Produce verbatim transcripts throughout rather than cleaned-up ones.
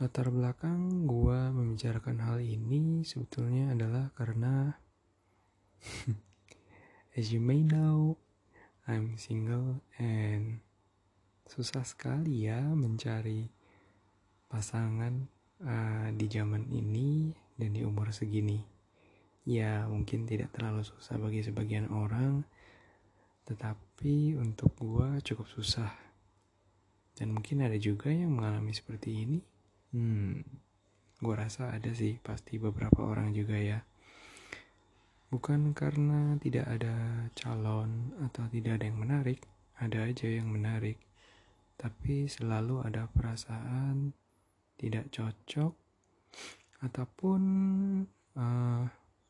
Latar belakang gua membicarakan hal ini sebetulnya adalah karena as you may know, I'm single and susah sekali ya mencari pasangan uh, di zaman ini dan di umur segini. Ya mungkin tidak terlalu susah bagi sebagian orang, tetapi untuk gua cukup susah. Dan mungkin ada juga yang mengalami seperti ini. Hmm, gue rasa ada sih, pasti beberapa orang juga ya. Bukan karena tidak ada calon atau tidak ada yang menarik, ada aja yang menarik. Tapi selalu ada perasaan tidak cocok ataupun uh,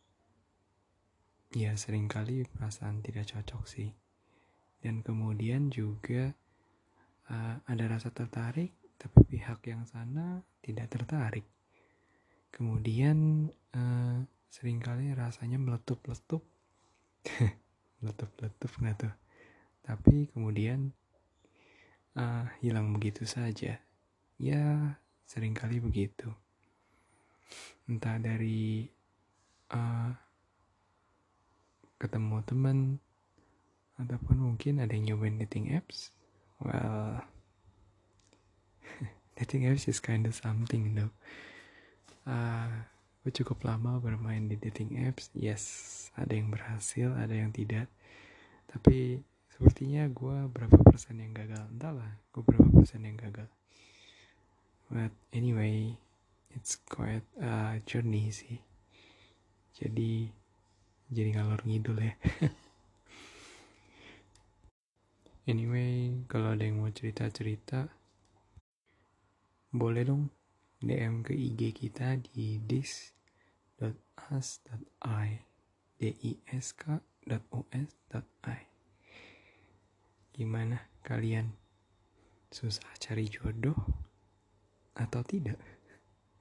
ya seringkali perasaan tidak cocok sih. Dan kemudian juga uh, ada rasa tertarik, tapi pihak yang sana tidak tertarik. Kemudian uh, seringkali rasanya meletup-letup. Meletup-letup nggak tuh? Tapi kemudian uh, hilang begitu saja. Ya seringkali begitu. Entah dari uh, ketemu teman, ataupun mungkin ada yang nyobain dating apps. Well, dating apps is kind of something though. Uh, gue cukup lama bermain di dating apps. Yes, ada yang berhasil, ada yang tidak. Tapi sepertinya gue berapa persen yang gagal. Entahlah, gue berapa persen yang gagal. But anyway, it's quite a journey sih. Jadi, jadi ngalor ngidul ya. Anyway, kalau ada yang mau cerita-cerita, boleh dong D M ke I G kita di dis dot us dot i d i s k dot o s dot i. Gimana kalian? Susah cari jodoh atau tidak?